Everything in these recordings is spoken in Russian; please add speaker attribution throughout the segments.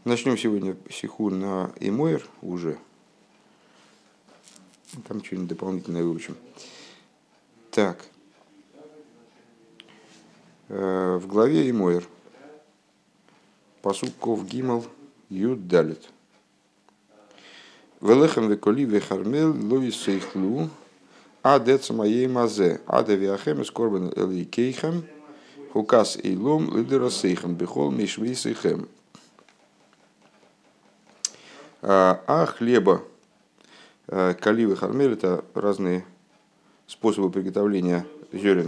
Speaker 1: Начнем сегодня сиху на Эмойр уже. Там что-нибудь дополнительное выучим. Так. В главе Эмойр. Пасук Ков Гимал Юд Далит. Велехем веколи вехармел лои сейхлу адец моей мазе ада виахем скорбен эликейхем хукас эйлом лидерасейхем бихол мишвейсейхем. А хлеба кали вехармель — это разные способы приготовления зерен.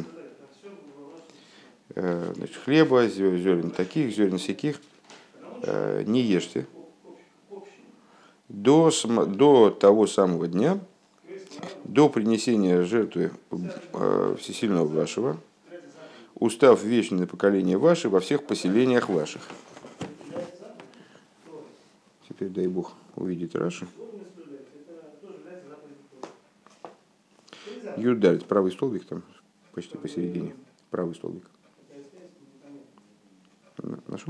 Speaker 1: Значит, хлеба, зерен таких, зерен сяких не ешьте до того самого дня, до принесения жертвы всесильного вашего, устав вечный на поколение ваше во всех поселениях ваших. Теперь, дай Бог, увидеть Раши. Юдалит, правый столбик там, почти посередине. Правый столбик. Нашел?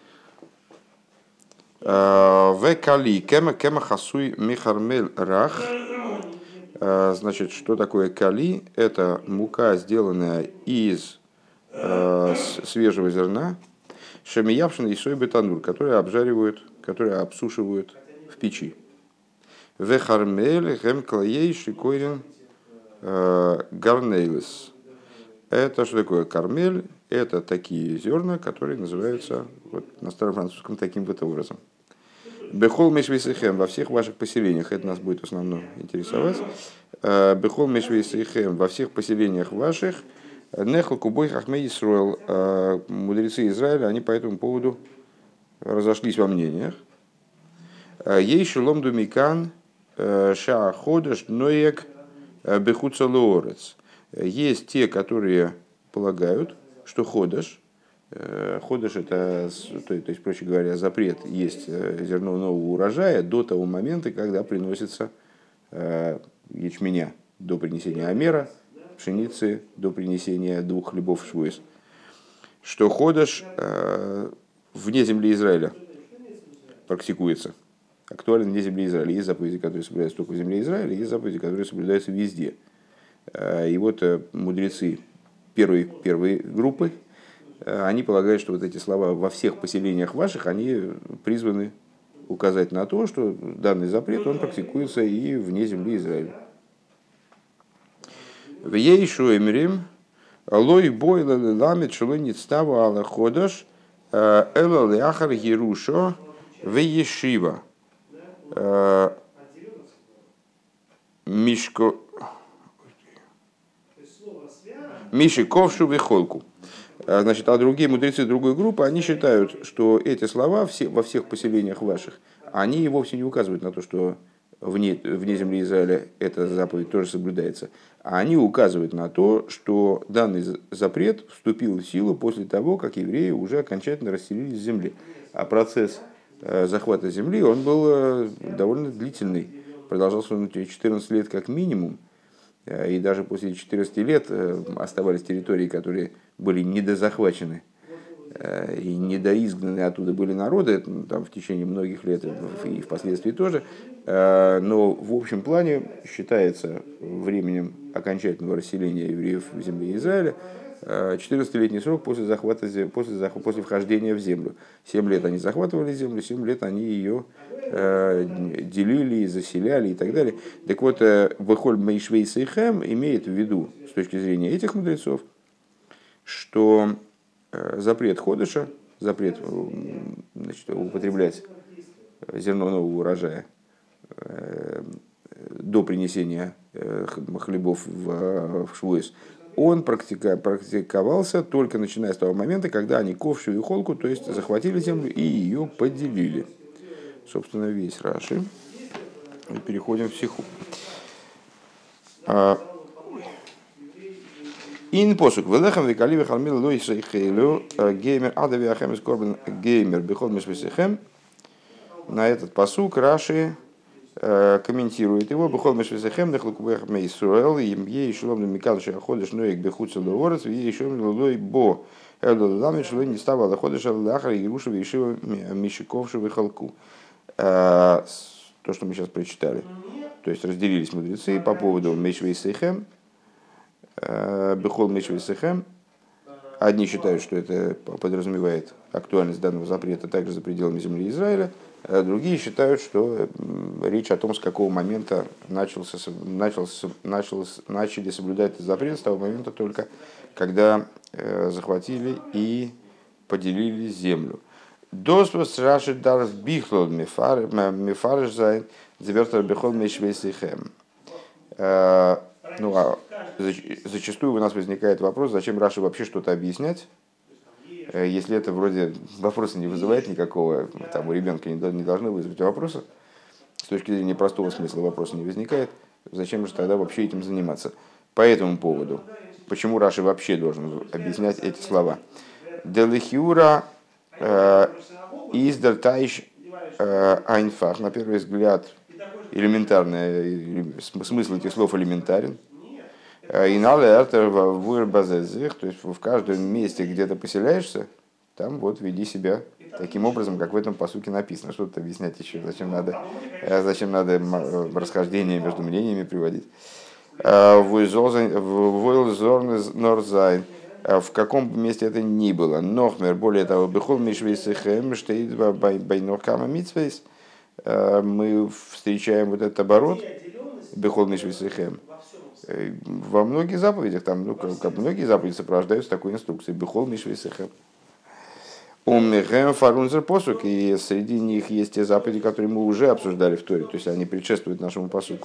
Speaker 1: Векали кема хасуй михармель рах. Значит, что такое кали? Это мука, сделанная из свежего зерна, шамиявшина и сой бетанур, которые обжаривают, которые обсушивают в печи. Вехармель гем клаей шикойрин гарнейлес. Это что такое кармель? Это такие зерна, которые называются вот, на старофранцузском таким вот образом. Бехол мешвейсейхем во всех ваших поселениях. Это нас будет в основном интересовать. Бехол мешвейсейхем во всех поселениях ваших. Нехл кубой хахмей Исроэл. Мудрецы Израиля, они по этому поводу разошлись во мнениях. Ей шелом думикан ша ходеш ноек бехуца лоорец. Есть те, которые полагают, что ходеш это, то есть, проще говоря, запрет есть зерно нового урожая до того момента, когда приносится ячменя до принесения омера, пшеницы до принесения 2 хлебов швуэс. Что ходеш вне земли Израиля практикуется. Актуально вне земли Израиля. Есть заповеди, которые соблюдаются только в земле Израиля, есть заповеди, которые соблюдаются везде. И вот мудрецы первой группы, они полагают, что вот эти слова «во всех поселениях ваших», они призваны указать на то, что данный запрет, он практикуется и вне земли Израиля. В ейшу эмрим лой бой ламет шелой ництаву ала ходаш эла ляхар ерушо в ешива мишко миши ковшу вихолку. Значит, а другие мудрецы другой группы, они считают, что эти слова во всех поселениях ваших, они вовсе не указывают на то, что вне земли Израиля эта заповедь тоже соблюдается. А они указывают на то, что данный запрет вступил в силу после того, как евреи уже окончательно расселились с земли. А процесс захвата земли, он был довольно длительный. Продолжался он 14 лет как минимум. И даже после 14 лет оставались территории, которые были недозахвачены и недоизгнаны оттуда были народы там, в течение многих лет и впоследствии тоже. Но в общем плане считается временем окончательного расселения евреев в земле Израиля 14-летний срок после вхождения в землю. 7 лет они захватывали землю, 7 лет они ее делили, заселяли и так далее. Так вот, Бехоль Мейшвейсейхем имеет в виду, с точки зрения этих мудрецов, что запрет ходыша, запрет, значит, употреблять зерно нового урожая до принесения хлебов в швуэс, он практиковался только начиная с того момента, когда они ковшу и холку, то есть захватили землю и ее поделили. Собственно, весь Раши. И переходим в сиху. Ин посук велехам векали вехалмил лой сейхейлю геймер адави ахем скорбен геймер бихол мишвесихем. На этот посук Раши комментирует его бихол мишвесихем нехлукубех мейсруэл им ей шулом микал шеходеш ноек бехуцел лорец ей шулом лой бо Элдолами шло не стало доходишь Лахар и Грушева и Шива Мишиковшего и Халку. То, что мы сейчас прочитали. То есть разделились мудрецы по поводу Мешвей Сейхем, Бехол Мешвей Сейхем. Одни считают, что это подразумевает актуальность данного запрета также за пределами земли Израиля, а другие считают, что речь о том, с какого момента начали соблюдать этот запрет, с того момента только, когда захватили и поделили землю. Досвос Раши Дарф Бихлод Мефарш Зайн Завертер Бехол Мешвей Сейхем. Зачастую у нас возникает вопрос, зачем Раши вообще что-то объяснять, если это вроде вопроса не вызывает никакого, там у ребенка не должны вызвать вопроса, с точки зрения простого смысла вопроса не возникает, зачем же тогда вообще этим заниматься? По этому поводу, почему Раши вообще должен объяснять эти слова? Делихюра издер тайш айнфах, на первый взгляд, элементарный, смысл этих слов элементарен. И надо то есть в каждом месте, где ты поселяешься, там вот веди себя таким образом, как в этом пасуке написано. Что тут объяснять еще? Зачем надо расхождение между мнениями приводить? В каком месте это ни было. Нохмер, более того, бехол мишвейсэхэм, штейд байнохкама митсвейс. Мы встречаем вот этот оборот, бехол мишвейсэхэм, во многих заповедях, там, как многие заповеди сопровождаются такой инструкцией. Бехол мишвейсэхэм. Уммехем фарунзер посук, и среди них есть те заповеди, которые мы уже обсуждали в Торе, то есть они предшествуют нашему посуку.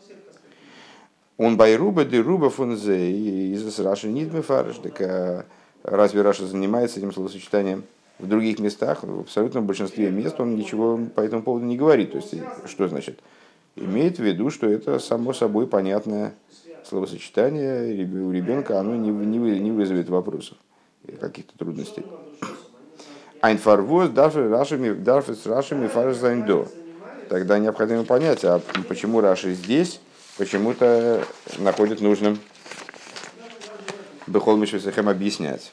Speaker 1: Он байруба деруба фунзе из Раши нидме фарш. Так разве Раша занимается этим словосочетанием в других местах? В абсолютном большинстве мест он ничего по этому поводу не говорит. То есть, что значит? Имеет в виду, что это само собой понятное словосочетание, у ребенка оно не вызовет вопросов, каких-то трудностей. Айнфарвоз дарфес рашами фарш зайндо. Тогда необходимо понять, а почему Раши здесь почему-то находит нужным Бехол Мишвейсэхэм объяснять.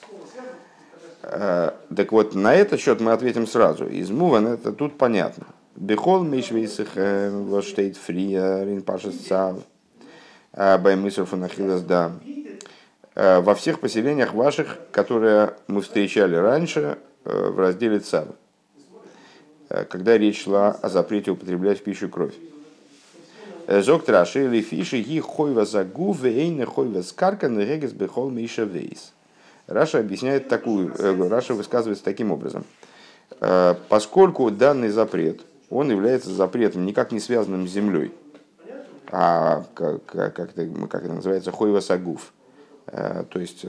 Speaker 1: Так вот, на этот счет мы ответим сразу. Из Муван это тут понятно. Бехол Мишвейсэхэм воштейт фрия рин пашес цав баймысер фанахилас да. Во всех поселениях ваших, которые мы встречали раньше в разделе Цав, когда речь шла о запрете употреблять в пищу кровь. Зок Раши или фиши ги хойва загу вейне хойва скаркан регес бехол миша вейс. Раша объясняет Раша высказывается таким образом. Поскольку данный запрет, он является запретом никак не связанным с землей, а как это называется, хойва сагуф, то есть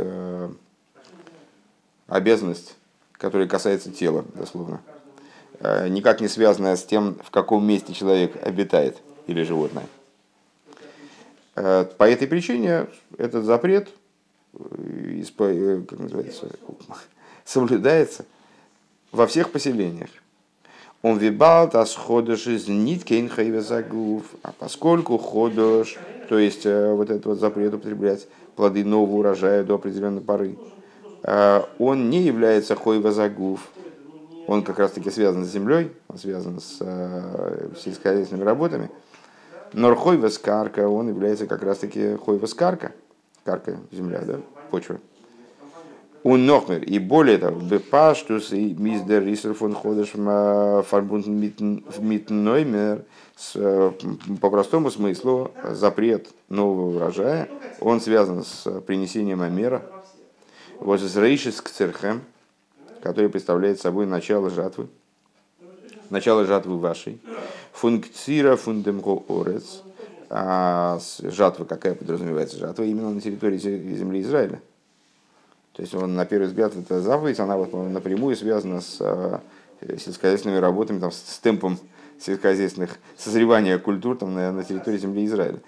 Speaker 1: обязанность, которая касается тела, дословно, никак не связанная с тем, в каком месте человек обитает или животное. По этой причине этот запрет соблюдается во всех поселениях. Он вибал тас ходош из ниткейн хайвесагув, а поскольку ходош, то есть вот этот вот запрет употреблять плоды нового урожая до определенной поры, он не является хойвазагув, он как раз таки связан с землей, он связан с сельскохозяйственными работами. Но хойваскарка, он является как раз таки хойваскарка, карка, земля, да, почва. У Нохмер, и более того, бепаштус и миздер рисер фон ходеш фарбунд митноймер, по простому смыслу запрет нового урожая, он связан с принесением амера, вот с рейшис к церхем, который представляет собой начало жатвы вашей, функцира фундемго орец, жатва какая подразумевается? Жатва именно на территории земли Израиля. То есть, он, на первый взгляд, эта заповедь, она вот напрямую связана с сельскохозяйственными работами, там, с темпом сельскохозяйственных созревания культур там, на территории земли Израиля.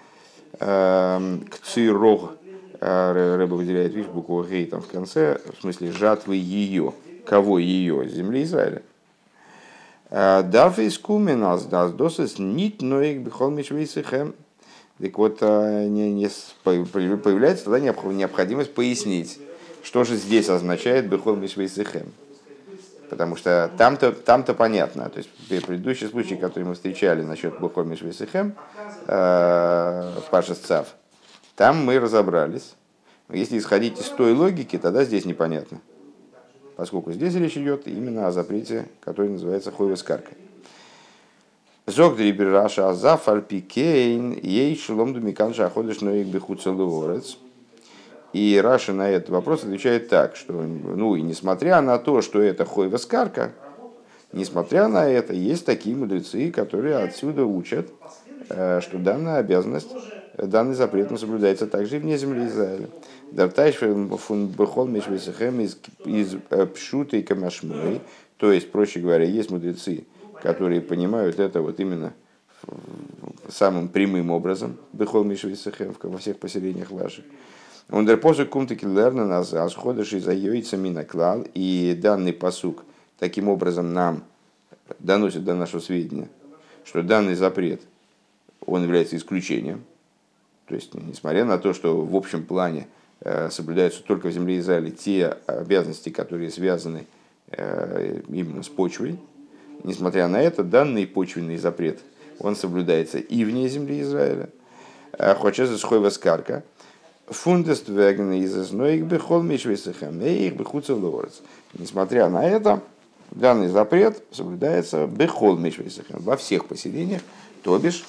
Speaker 1: Кцирог, Рэбе выделяет, видишь, букву Гей там в конце, в смысле жатвы ее. Кого ее? Земли Израиля. Дафис куменас дас досыс нит ноик бихол мишвейсэхэм. Так вот, появляется тогда необходимость пояснить, Что же здесь означает «бехол мишвейсехем»? Потому что там-то понятно. То есть предыдущий случай, который мы встречали насчет «бехол мишвейсехем» в Пашас Цав, там мы разобрались. Если исходить из той логики, тогда здесь непонятно. Поскольку здесь речь идет именно о запрете, который называется хойвес карка. Зог дрибер раша азаф альпикейн ей шелом думикан шаходыш ноик бехуцелуорец. И Раша на этот вопрос отвечает так, что, ну и несмотря на то, что это хойвес карка, несмотря на это, есть такие мудрецы, которые отсюда учат, что данная обязанность, данный запрет соблюдается также и вне земли Израиля. Дартайш фун бехол мишвейсехем из пшутой камашмой, то есть, проще говоря, есть мудрецы, которые понимают это вот именно самым прямым образом, бехол мишвейсехем во всех поселениях ваших. Он дерпозы кумтаки лерна нас асходыш из айойца минаклал, и данный пасук таким образом нам доносит до нашего сведения, что данный запрет, он является исключением. То есть, несмотря на то, что в общем плане соблюдаются только в земле Израиля те обязанности, которые связаны именно с почвой, несмотря на это, данный почвенный запрет, он соблюдается и вне земли Израиля. Хочется схойва скарка. Фундест вегн из зноик бехол мишвейсехем их бехуцелуорец. Несмотря на это, данный запрет соблюдается бехол мишвейсехем во всех поселениях, то бишь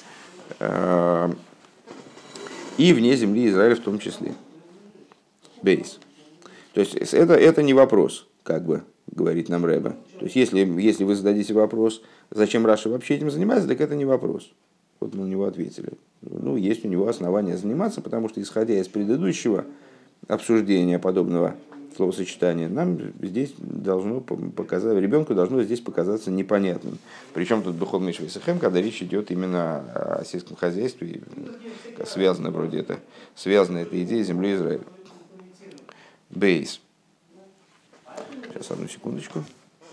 Speaker 1: и вне земли Израиля в том числе. Бейс. То есть это не вопрос, как бы говорит нам Ребе. То есть если вы зададите вопрос, зачем Раша вообще этим занимается, так это не вопрос. Вот мы на него ответили. Ну, есть у него основания заниматься, потому что, исходя из предыдущего обсуждения подобного словосочетания, нам здесь должно показать, ребенку должно здесь показаться непонятным. Причем тут бехол мишвейсехем, когда речь идет именно о сельском хозяйстве, связана вроде это, связана эта идея с землей Израиля. Бейс. Сейчас, одну секундочку.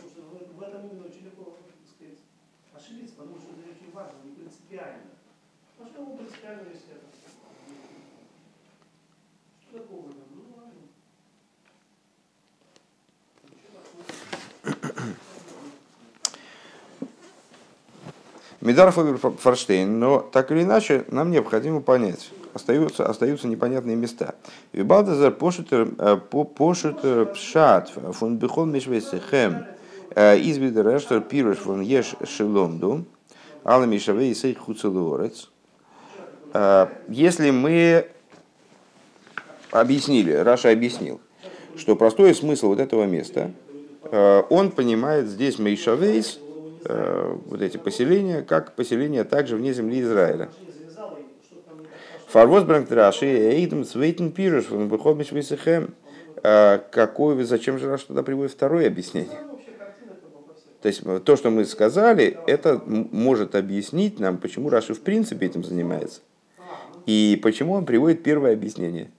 Speaker 1: Мидар Форштейн, но так или иначе нам необходимо понять, остаются непонятные места. Вибалдазар пошутер пшат фон бихол мишвейсехем из видерештер пируш фон еш шеломду ала мишавей сей хуцелуорец. Если мы объяснили, Раша объяснил, что простой смысл вот этого места, он понимает здесь мейшавейс, вот эти поселения, как поселения также вне земли Израиля. Фарвозбранг Раши, Эйдем Свейтен Пируш, выход Мишвейсехем. Зачем же Раша тогда приводит второе объяснение? То есть то, что мы сказали, это может объяснить нам, почему Раша в принципе этим занимается. И почему он приводит первое объяснение.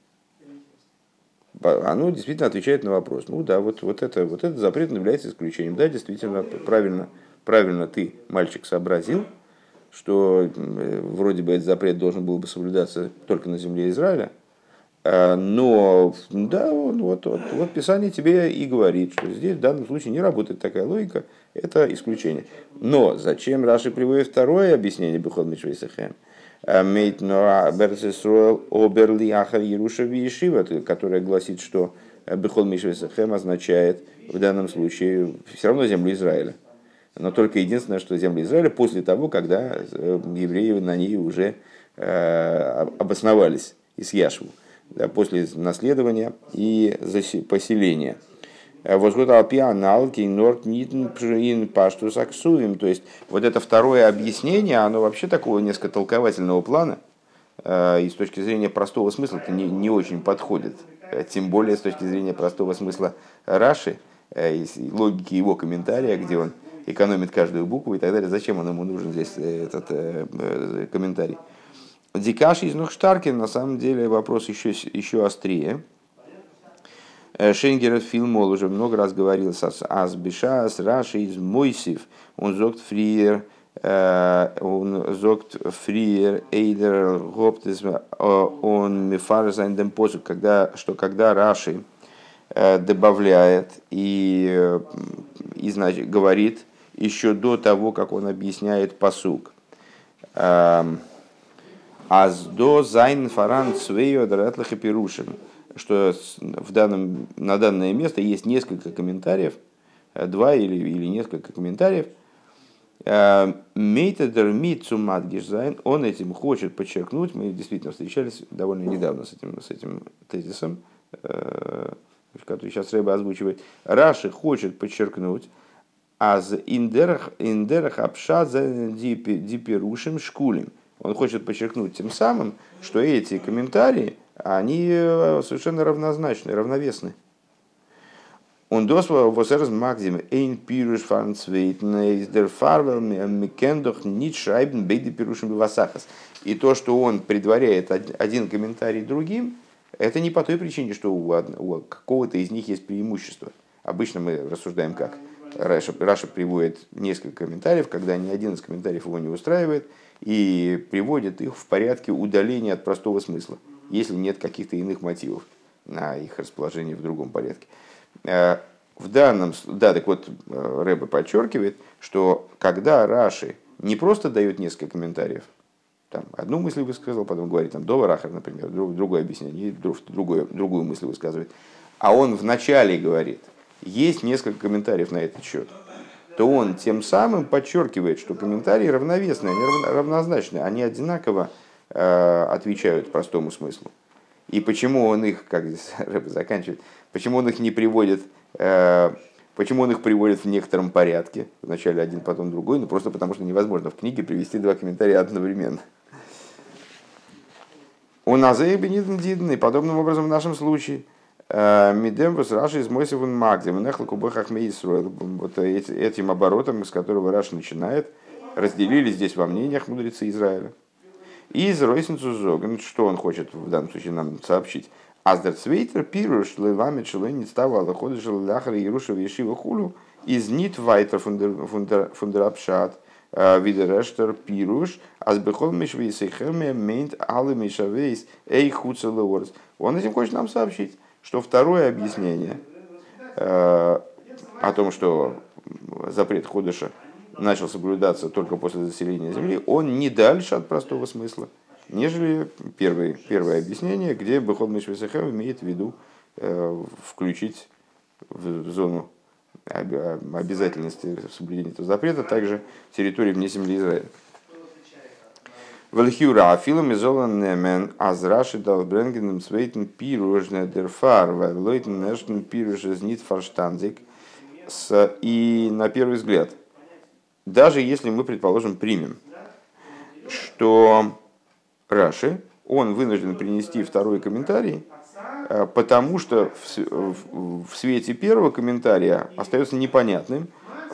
Speaker 1: Оно действительно отвечает на вопрос. Ну да, вот этот запрет является исключением. Да, действительно, правильно ты, мальчик, сообразил, что вроде бы этот запрет должен был бы соблюдаться только на земле Израиля. Но да, вот Писание тебе и говорит, что здесь в данном случае не работает такая логика, это исключение. Но зачем Раши приводит второе объяснение бехол мишвейсехем? Мейт ноа берцесроэл оберли ахар Еруша виешива, которая гласит, что бехол мишвейсехем означает в данном случае все равно землю Израиля. Но только единственное, что земля Израиля после того, когда евреи на ней уже обосновались из Яшву, да, после наследования и поселения. Возгод алпианал кейнорт нитн ин паштус аксуем. То есть вот это второе объяснение, оно вообще такого несколько толковательного плана, и с точки зрения простого смысла это не очень подходит. Тем более с точки зрения простого смысла Раши, логики его комментария, где он экономит каждую букву и так далее. Зачем он ему нужен здесь, этот комментарий? Дикаши из Нухштаркин, на самом деле вопрос еще острее. Шенгер Фильмол уже много раз говорил с Асбишас, Раши из Мойсив, он зогт фриер, эйдер гоптес, он мифар зайндем посук, когда Раши добавляет и значит, говорит еще до того, как он объясняет пасук. Аздо зайн фаран цвею дратлах и пирушин. Что на данное место есть несколько комментариев, два или несколько комментариев. Мейтедер митцу мадгишзайн, он этим хочет подчеркнуть, мы действительно встречались довольно недавно с этим тезисом, который сейчас Рэбе озвучивает. Раши хочет подчеркнуть, аз индерах апшат за дипирушим шкулим. Он хочет подчеркнуть тем самым, что эти комментарии, они совершенно равнозначны, равновесны. Und das war was Maxim ein Pirush von zweiten ist der Farbe wir können doch nicht schreiben beide Pirushim Bevasachas. И то, что он предваряет один комментарий другим, это не по той причине, что у какого-то из них есть преимущество. Обычно мы рассуждаем как. Раша приводит несколько комментариев, когда ни один из комментариев его не устраивает, и приводит их в порядке удаления от простого смысла, если нет каких-то иных мотивов на их расположение в другом порядке. В данном, да, так вот, Рэбе подчеркивает, что когда Раши не просто дает несколько комментариев, там, одну мысль высказал, потом говорит, там, Дова Рахар, например, другое объяснение, другую мысль высказывает, а он вначале говорит, есть несколько комментариев на этот счет, то он тем самым подчеркивает, что комментарии равновесные, они равнозначны, они одинаково отвечают простому смыслу. И почему он их, как здесь Рэбе заканчивает, почему он их не приводит, почему он их приводит в некотором порядке, вначале один, потом другой, ну просто потому что невозможно в книге привести два комментария одновременно. У Назаебе и подобным образом в нашем случае Мидемвус Раши из Мойсевун Магдем, Нехлаку Бахахме Исруэл. Вот этим оборотом, с которого Раши начинает, разделились здесь во мнениях мудрецы Израиля. И из Ройсенцу Зоген, что он хочет в данном случае нам сообщить? Аздер Цвейтер Пируш Левами Челойни Става Аллахода Желляхара Ярушева Ешива Хулу из Нит Вайтер Фундерапшат Видерештер Пируш Азбехол Мишвейсейхеме Мейнт Алы Мишавейс Эй Хуцелеорс. Он этим хочет нам сообщить, что второе объяснение о том, что запрет Ходыша начал соблюдаться только после заселения земли, он не дальше от простого смысла, нежели первое объяснение, где Бехол Мишвейсейхем имеет в виду включить в зону обязательности соблюдения этого запрета также территории вне земли Израиля. Вальхюра афилом изолан немен азраши дал бренгеном свейтен пирожне дерфар вайлойтен нэшн пироже знит фарштанзик. И на первый взгляд, даже если мы, предположим, примем, что Раши, он вынужден принести второй комментарий, потому что в свете первого комментария остается непонятным.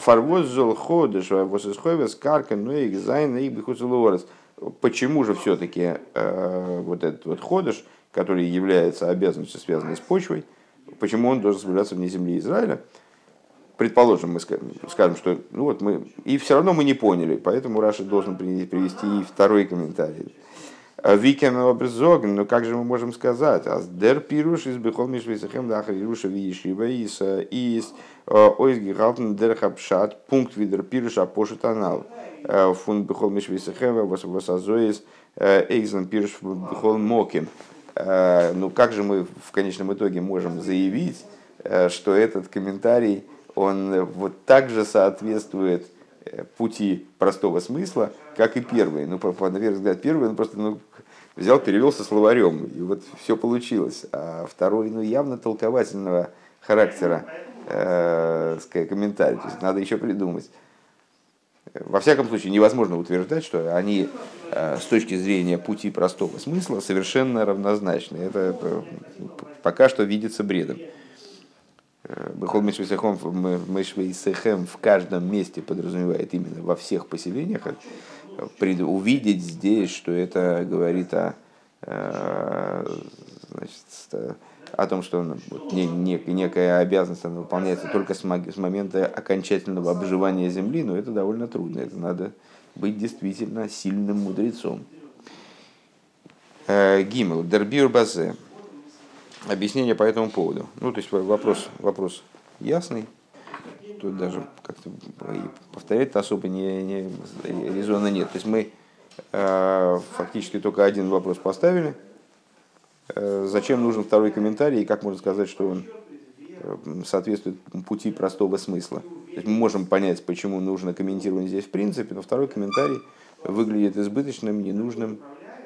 Speaker 1: Почему же все-таки вот этот вот ходыш, который является обязанностью, связанной с почвой, почему он должен соблюдаться вне земли Израиля? Предположим, мы скажем, что ну вот мы, и все равно мы не поняли, поэтому Раши должен привести и второй комментарий. Викем образогн, но как же мы можем сказать? Аздер пируш из бехол мишвейсахем дахар ируша виешива из ойзги галтен дерхапшат пункт видер пируша пошутанал фун бехол мишвейсахем восазоис эйзен пируш бехол моким. Ну как же мы в конечном итоге можем заявить, что этот комментарий он вот так же соответствует пути простого смысла, как и первый. Ну, на первый взгляд, первый он просто взял, перевел со словарем, и вот все получилось. А второй, явно толковательного характера комментарий. То есть надо еще придумать. Во всяком случае, невозможно утверждать, что они с точки зрения пути простого смысла совершенно равнозначны. Это пока что видится бредом. Бехол Мишвейсехем в каждом месте подразумевает именно во всех поселениях. Увидеть здесь, что это говорит о том, что некая обязанность выполняется только с момента окончательного обживания земли, но это довольно трудно. Это надо быть действительно сильным мудрецом. Гимел, дербир базе. Объяснение по этому поводу. Ну, то есть вопрос ясный. Тут даже как-то повторять особо не резона нет. То есть мы фактически только один вопрос поставили. Зачем нужен второй комментарий и как можно сказать, что он соответствует пути простого смысла. То есть мы можем понять, почему нужно комментировать здесь в принципе, но второй комментарий выглядит избыточным, ненужным,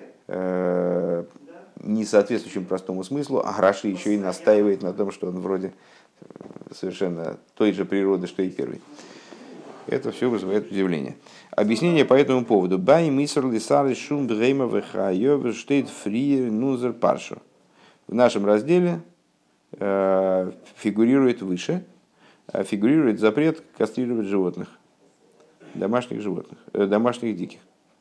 Speaker 1: не соответствующим простому смыслу, а Раши еще и настаивает на том, что он вроде совершенно той же природы, что и первый. Это все вызывает удивление. Объяснение по этому поводу. Бай миср лисары шум брейма вехайо штейт фри нузер паршу. В нашем разделе фигурирует выше, фигурирует запрет кастрировать животных, домашних животных, домашних диких.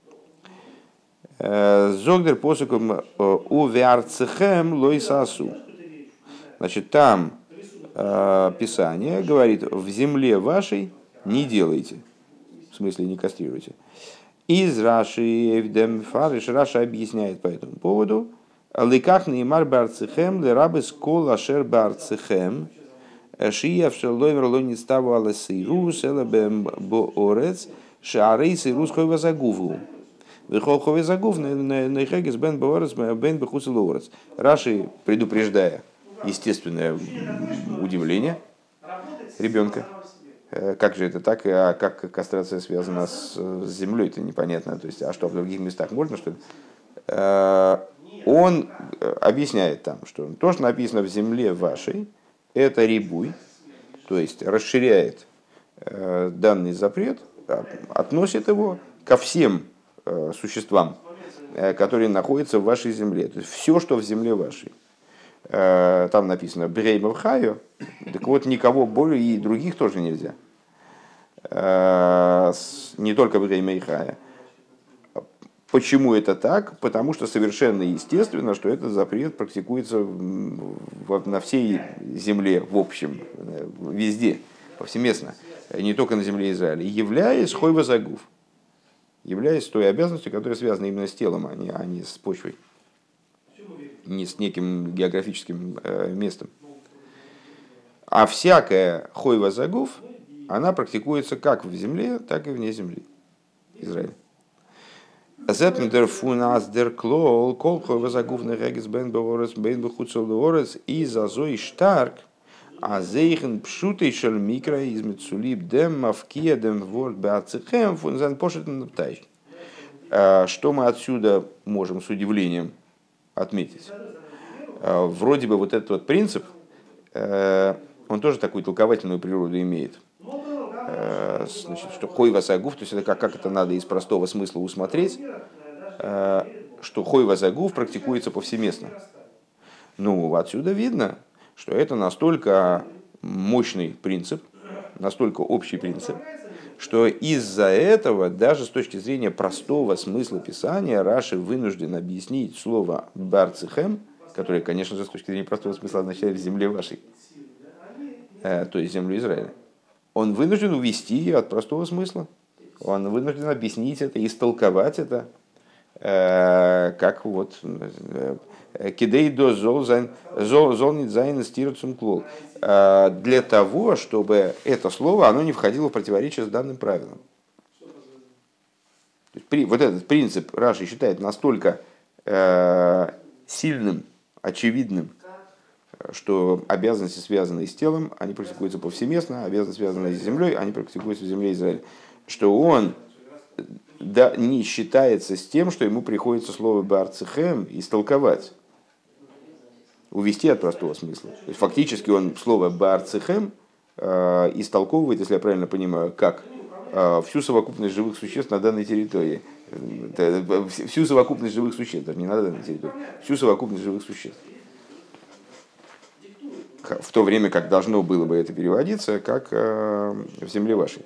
Speaker 1: Зогдер посуком у вярцехем лойсасу. Значит, там Писание говорит: в земле вашей не делайте, в смысле не кастрируйте. Из Раши Эвдем Фариш Раша объясняет по этому поводу: Ликах неймар барцехем лерабы скол ашер барцехем шиев шелойвер лони ставу алесиру селебем боорец шаарей сирус хойва загуву. Выхол хойва загув нейхегис бен боорец бен бехусел орец. Раши, предупреждая естественное удивление ребенка. Как же это так? А как кастрация связана с землей, это непонятно. То есть, а что, в других местах можно, что ли? Он объясняет там, что то, что написано в земле вашей, это рибуй, то есть расширяет данный запрет, относит его ко всем существам, которые находятся в вашей земле. То есть все, что в земле вашей. Там написано «Бреймов хаю», так вот никого более и других тоже нельзя. Не только Бреймов хая. Почему это так? Потому что совершенно естественно, что этот запрет практикуется на всей земле, в общем, везде, повсеместно, не только на земле Израиля, являясь хойва загув, являясь той обязанностью, которая связана именно с телом, а не с почвой, не с неким географическим местом. А всякая хойва загув, она практикуется как в земле, так и вне земли Израиля. Зепндер фунас дер клол, кол хойва загув нерегис бен беорес бен бехуцел леорес и зазой штарк, а зейхен пшутей шель микро из мецулиб дем мавкия дем ворд беацехем фунзан пошетен птайш. Что мы отсюда можем с удивлением отметить? Вроде бы вот этот вот принцип, он тоже такую толковательную природу имеет. Значит, что хойва загув, то есть это как это надо из простого смысла усмотреть, что хойва загув практикуется повсеместно. Ну, отсюда видно, что это настолько мощный принцип, настолько общий принцип, что из-за этого, даже с точки зрения простого смысла Писания, Раши вынужден объяснить слово «барцехем», которое, конечно же, с точки зрения простого смысла означает «в земле вашей», то есть землю Израиля. Он вынужден увести ее от простого смысла. Он вынужден объяснить это, истолковать это, как вот «кидей до зол нит зайн стирцум клол», для того, чтобы это слово оно не входило в противоречие с данным правилом. Вот этот принцип Раши считает настолько сильным, очевидным, что обязанности, связанные с телом, они практикуются повсеместно, обязанности, связанные с землей, они практикуются в земле Израиля. Что он не считается с тем, что ему приходится слово «барцехем» истолковать, увести от простого смысла. То есть фактически он слово «барцехем» истолковывает, если я правильно понимаю, как всю совокупность живых существ на данной территории. Всю совокупность живых существ, даже не на данной территории, всю совокупность живых существ. В то время как должно было бы это переводиться, как в земле вашей.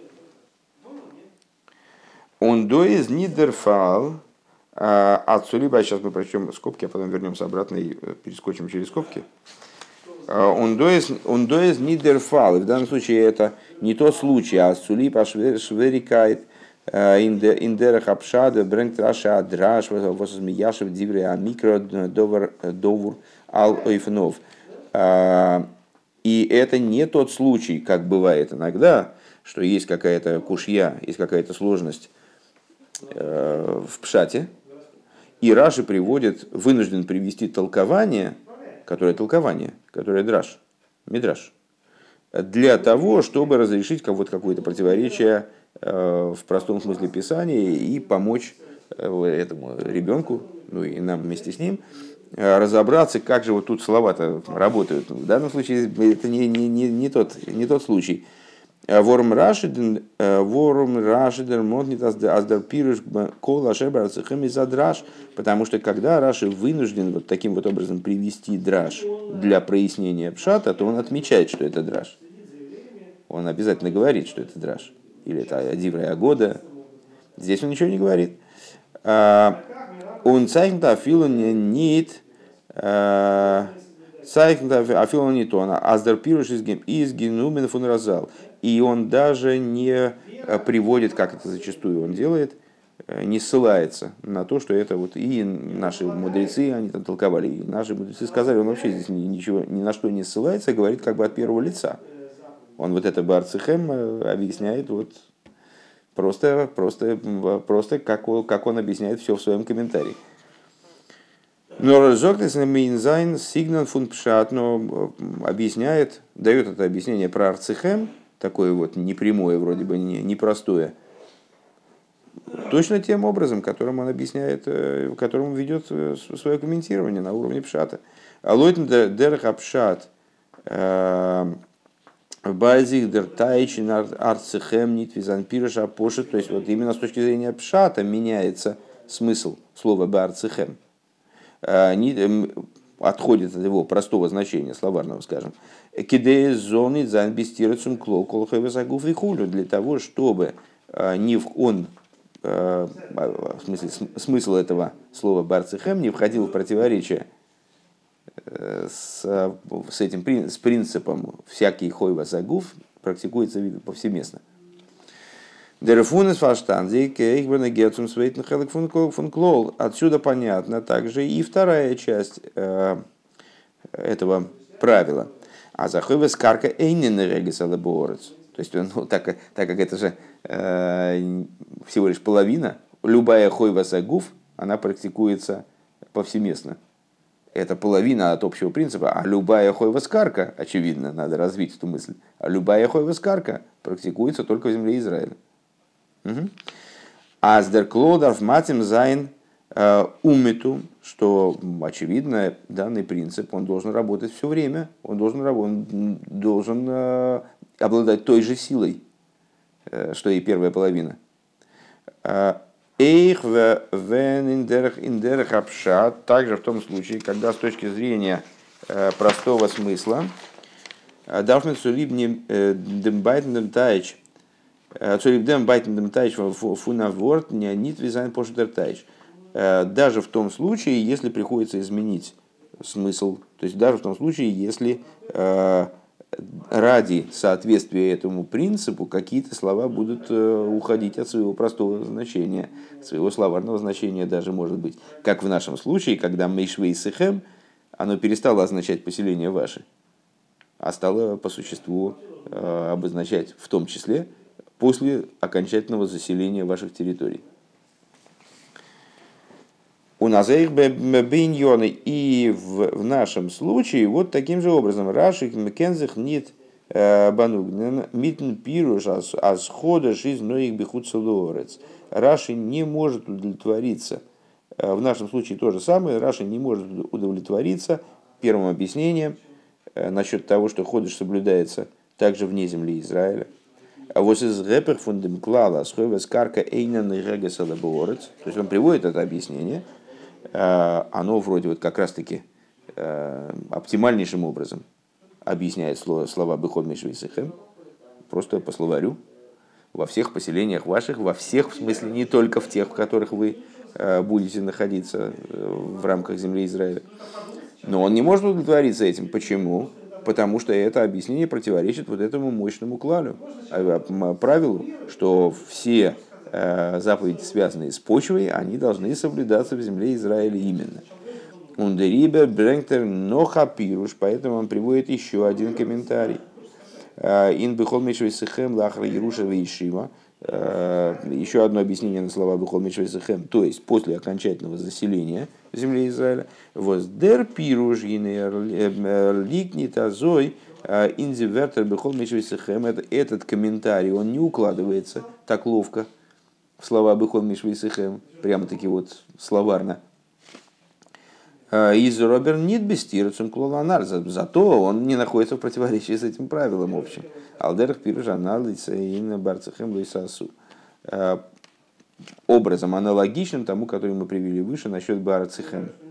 Speaker 1: Он доез нидерфал отсулиба. Сейчас мы прочтем скобки, а потом вернемся обратно и перескочим через скобки. Он доез нидерфал. В данном случае это не тот случай, а отсулиба шверикает индерах апшада брэнгт раша адраш восмияшев дивре амикро довур ал ойфнов. И это не тот случай, как бывает иногда, что есть какая-то кушья, есть какая-то сложность в пшате, и Раши приводит, вынужден привести толкование, которое драш, мидраш, для того, чтобы разрешить какое-то противоречие в простом смысле Писания и помочь этому ребенку, ну и нам вместе с ним, разобраться, как же вот тут слова-то работают. В данном случае это не тот случай. Ворм Рашиден моднит аздер пируш кол ашер цехем из драш, потому что когда Раши вынужден вот таким вот образом привести драш для прояснения пшата, то он отмечает, что это драш. Он обязательно говорит, что это драш. Или это диврая агода. Здесь он ничего не говорит. Он цайхнта афилу нит цайхнта афилу нит он аздер пируш из генумен фун разал. И он даже не приводит, как это зачастую он делает, не ссылается на то, что это вот и наши мудрецы, они там толковали, и наши мудрецы сказали, он вообще здесь ничего, ни на что не ссылается, а говорит как бы от первого лица. Он вот это Барцехем объясняет вот просто как он объясняет все в своем комментарии. Но разжогтесь на Мейнзайн Сигнал фун Пшат, но объясняет, дает это объяснение про Арцехем, такое вот непрямое, вроде бы непростое, точно тем образом, которым он объясняет, которым он ведет свое комментирование на уровне Пшата. Алойтн дерх апшат базик дер тайчин арцехем нит визан пируша пошит, то есть вот именно с точки зрения Пшата меняется смысл слова барцехем. Отходит от его простого значения, словарного, скажем, для того, чтобы в смысле, смысл этого слова барцехем не входил в противоречие с принципом всякий хойва загуф практикуется повсеместно. Отсюда понятно также и вторая часть этого правила. А захойва скарка эйнен регисалаборец. То есть, так как это же всего лишь половина, любая хойва загуф, она практикуется повсеместно. Это половина от общего принципа, а любая хойва скарка, очевидно, надо развить эту мысль, а любая хойва скарка практикуется только в земле Израиля. Аздерклодов матим зайн умиту, что очевидно данный принцип он должен работать все время, он должен обладать той же силой, что и первая половина. Эйх вен индерх апшат, также в том случае, когда с точки зрения простого смысла дарфмен сулибни дембайтен тайч даже в том случае, если приходится изменить смысл, то есть даже в том случае, если ради соответствия этому принципу какие-то слова будут уходить от своего простого значения, своего словарного значения даже может быть. Как в нашем случае, когда мейшвей сехем, оно перестало означать поселение ваше, а стало по существу обозначать в том числе после окончательного заселения ваших территорий. У нас их биньоны, и в нашем случае вот таким же образом Раши Мекензих нит банугнен митн пируш аз ходаш из ноих бихуцелорец. Раши не может удовлетвориться. В нашем случае то же самое. Раши не может удовлетвориться первым объяснением насчет того, что ходыш соблюдается также вне земли Израиля. А вот из рэпер фундамклала схове скарка эйнен регесалаборец. То есть он приводит это объяснение. Оно вроде вот как раз-таки оптимальнейшим образом объясняет слова «беход мишвейсехем», просто по словарю, во всех поселениях ваших, во всех, в смысле не только в тех, в которых вы будете находиться в рамках земли Израиля. Но он не может удовлетвориться этим. Почему? Потому что это объяснение противоречит вот этому мощному клалю, правилу, что все заповеди, связанные с почвой, они должны соблюдаться в земле Израиля именно. Ундерибер Бренктер Ноха Пируш, поэтому он приводит еще один комментарий. Ин Бехол Мишвей Сехем Лахра Еруша Вейшива. Еще одно объяснение на слова Бехол Мишвей Сехем, то есть после окончательного заселения в земле Израиля. Воздер Пируш Ликнит Азой Инзи Вертер Бехол Мишвей Сехем. Этот комментарий, он не укладывается так ловко в слова Бехол Мишвей Сехем, прямо-таки вот словарно. Из Робер нет бестирцем клоланар, зато он не находится в противоречии с этим правилом общим. Алдерах пирожанал и на барцахем луисасу. Образом аналогичным тому, который мы привели выше насчет барцахем.